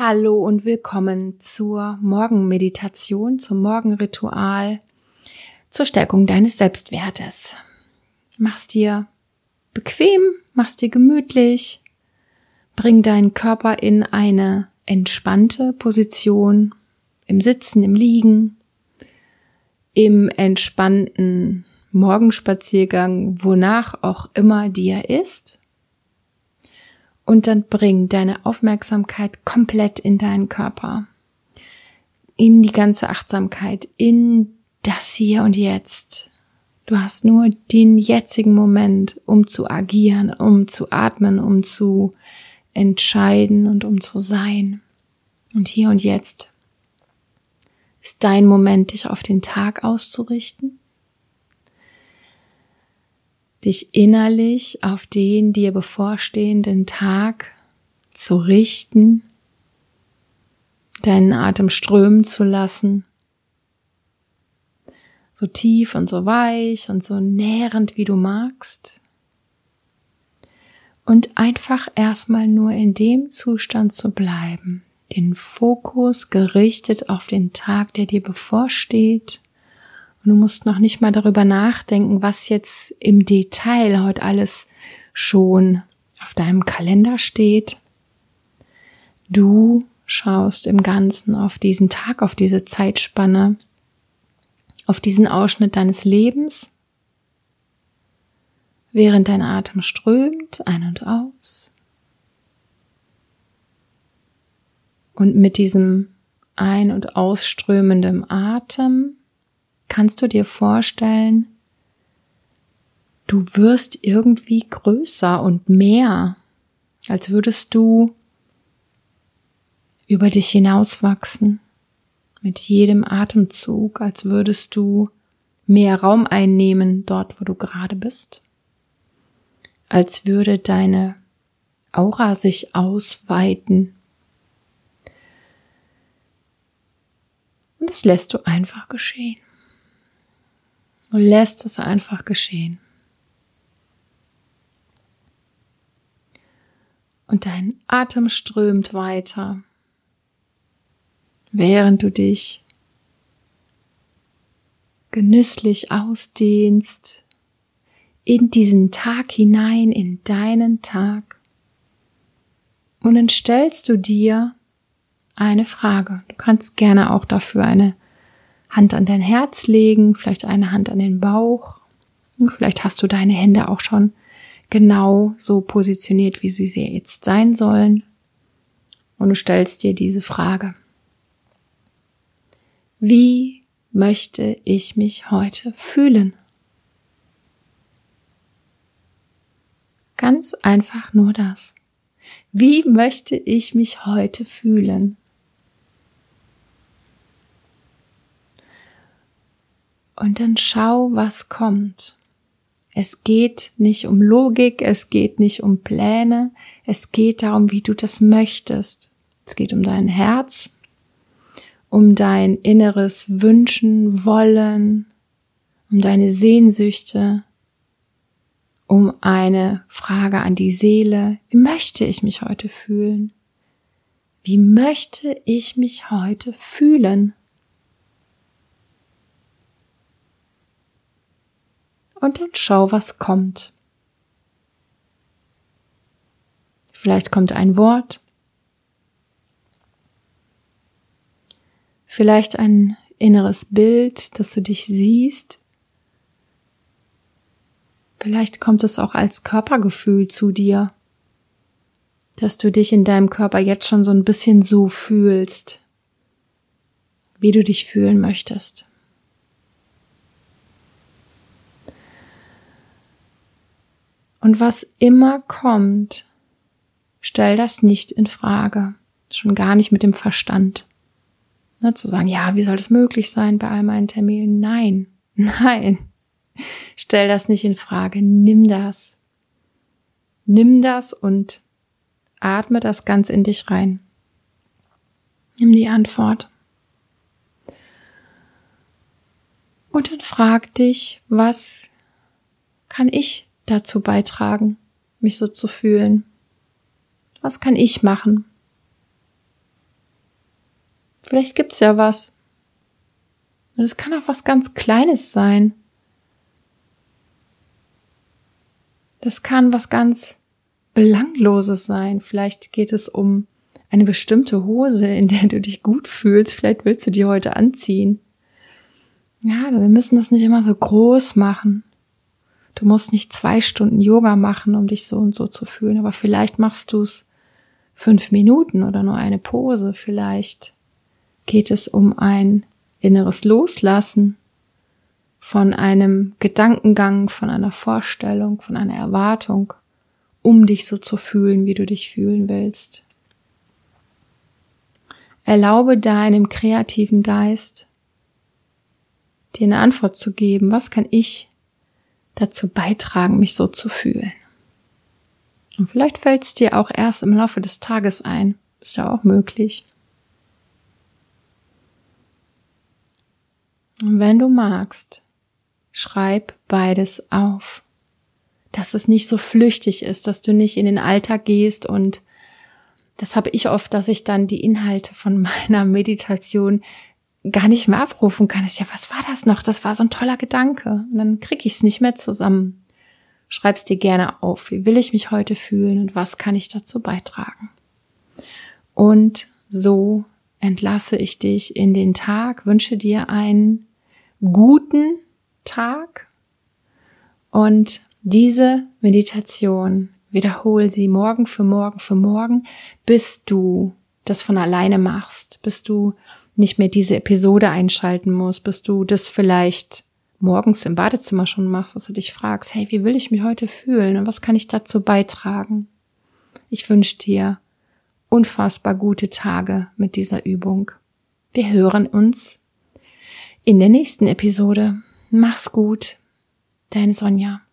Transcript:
Hallo und willkommen zur Morgenmeditation, zum Morgenritual, zur Stärkung deines Selbstwertes. Mach's dir bequem, mach's dir gemütlich, bring deinen Körper in eine entspannte Position, im Sitzen, im Liegen, im entspannten Morgenspaziergang, wonach auch immer dir ist. Und dann bring deine Aufmerksamkeit komplett in deinen Körper, in die ganze Achtsamkeit, in das Hier und Jetzt. Du hast nur den jetzigen Moment, um zu agieren, um zu atmen, um zu entscheiden und um zu sein. Und hier und jetzt ist dein Moment, dich auf den Tag auszurichten, dich innerlich auf den dir bevorstehenden Tag zu richten, deinen Atem strömen zu lassen, so tief und so weich und so nährend, wie du magst, und einfach erstmal nur in dem Zustand zu bleiben, den Fokus gerichtet auf den Tag, der dir bevorsteht. Und du musst noch nicht mal darüber nachdenken, was jetzt im Detail heute alles schon auf deinem Kalender steht. Du schaust im Ganzen auf diesen Tag, auf diese Zeitspanne, auf diesen Ausschnitt deines Lebens, während dein Atem strömt, ein und aus. Und mit diesem ein- und ausströmenden Atem kannst du dir vorstellen, du wirst irgendwie größer und mehr, als würdest du über dich hinauswachsen mit jedem Atemzug, als würdest du mehr Raum einnehmen dort, wo du gerade bist, als würde deine Aura sich ausweiten. Und das lässt du einfach geschehen. Du lässt es einfach geschehen. Und dein Atem strömt weiter, während du dich genüsslich ausdehnst in diesen Tag hinein, in deinen Tag. Und dann stellst du dir eine Frage. Du kannst gerne auch dafür eine Hand an dein Herz legen, vielleicht eine Hand an den Bauch. Vielleicht hast du deine Hände auch schon genau so positioniert, wie sie jetzt sein sollen. Und du stellst dir diese Frage: Wie möchte ich mich heute fühlen? Ganz einfach nur das. Wie möchte ich mich heute fühlen? Und dann schau, was kommt. Es geht nicht um Logik, es geht nicht um Pläne, es geht darum, wie du das möchtest. Es geht um dein Herz, um dein inneres Wünschen, Wollen, um deine Sehnsüchte, um eine Frage an die Seele. Wie möchte ich mich heute fühlen? Wie möchte ich mich heute fühlen? Und dann schau, was kommt. Vielleicht kommt ein Wort, vielleicht ein inneres Bild, dass du dich siehst. Vielleicht kommt es auch als Körpergefühl zu dir, dass du dich in deinem Körper jetzt schon so ein bisschen so fühlst, wie du dich fühlen möchtest. Und was immer kommt, stell das nicht in Frage, schon gar nicht mit dem Verstand. Zu sagen, ja, wie soll das möglich sein bei all meinen Terminen? Nein, stell das nicht in Frage, nimm das und atme das ganz in dich rein. Nimm die Antwort. Und dann frag dich, was kann ich dazu beitragen, mich so zu fühlen? Was kann ich machen? Vielleicht gibt's ja was. Und es kann auch was ganz Kleines sein. Das kann was ganz Belangloses sein. Vielleicht geht es um eine bestimmte Hose, in der du dich gut fühlst. Vielleicht willst du die heute anziehen. Ja, wir müssen das nicht immer so groß machen. Du musst nicht 2 Stunden Yoga machen, um dich so und so zu fühlen. Aber vielleicht machst du es 5 Minuten oder nur eine Pose. Vielleicht geht es um ein inneres Loslassen von einem Gedankengang, von einer Vorstellung, von einer Erwartung, um dich so zu fühlen, wie du dich fühlen willst. Erlaube deinem kreativen Geist, dir eine Antwort zu geben. Was kann ich dazu beitragen, mich so zu fühlen? Und vielleicht fällt es dir auch erst im Laufe des Tages ein. Ist ja auch möglich. Und wenn du magst, schreib beides auf. Dass es nicht so flüchtig ist, dass du nicht in den Alltag gehst, und das habe ich oft, dass ich dann die Inhalte von meiner Meditation gar nicht mehr abrufen kann. Ja, was war das noch? Das war so ein toller Gedanke. Und dann kriege ich es nicht mehr zusammen. Schreib's dir gerne auf. Wie will ich mich heute fühlen und was kann ich dazu beitragen? Und so entlasse ich dich in den Tag, wünsche dir einen guten Tag und diese Meditation, wiederhole sie morgen für morgen für morgen, bis du das von alleine machst, bis du nicht mehr diese Episode einschalten musst, bis du das vielleicht morgens im Badezimmer schon machst, dass du dich fragst, hey, wie will ich mich heute fühlen und was kann ich dazu beitragen? Ich wünsche dir unfassbar gute Tage mit dieser Übung. Wir hören uns in der nächsten Episode. Mach's gut, deine Sonja.